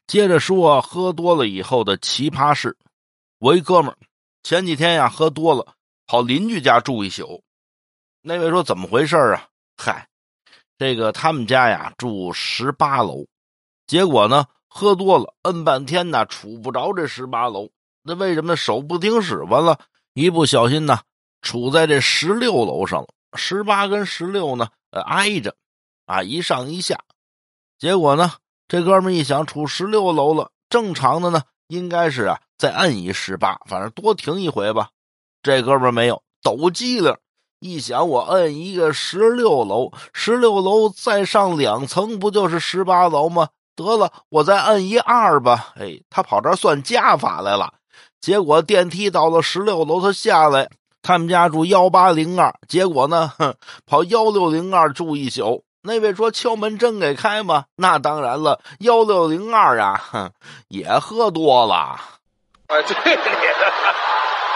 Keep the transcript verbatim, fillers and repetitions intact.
接着说喝多了以后的奇葩事。我一哥们儿前几天呀喝多了，跑邻居家住一宿。那位说怎么回事啊？嗨，这个他们家呀住十八楼，结果呢喝多了摁半天呢杵不着这十八楼。那为什么呢？手不听使唤了，一不小心呢杵在这十六楼上了。十八跟十六呢呃挨着啊，一上一下。结果呢这哥们一想杵十六楼了，正常的呢应该是啊再摁一十八，反正多停一回吧。这哥们没有，抖机灵，一想我摁一个十六楼，十六楼再上两层不就是十八楼吗？得了，我再摁一二吧。哎，他跑这儿算加法来了。结果电梯到了十六楼，他下来，他们家住一八零二，结果呢哼，跑一六零二住一宿。那位说敲门真给开吗？那当然了，一六零二啊哼，也喝多了。 哎，对你的。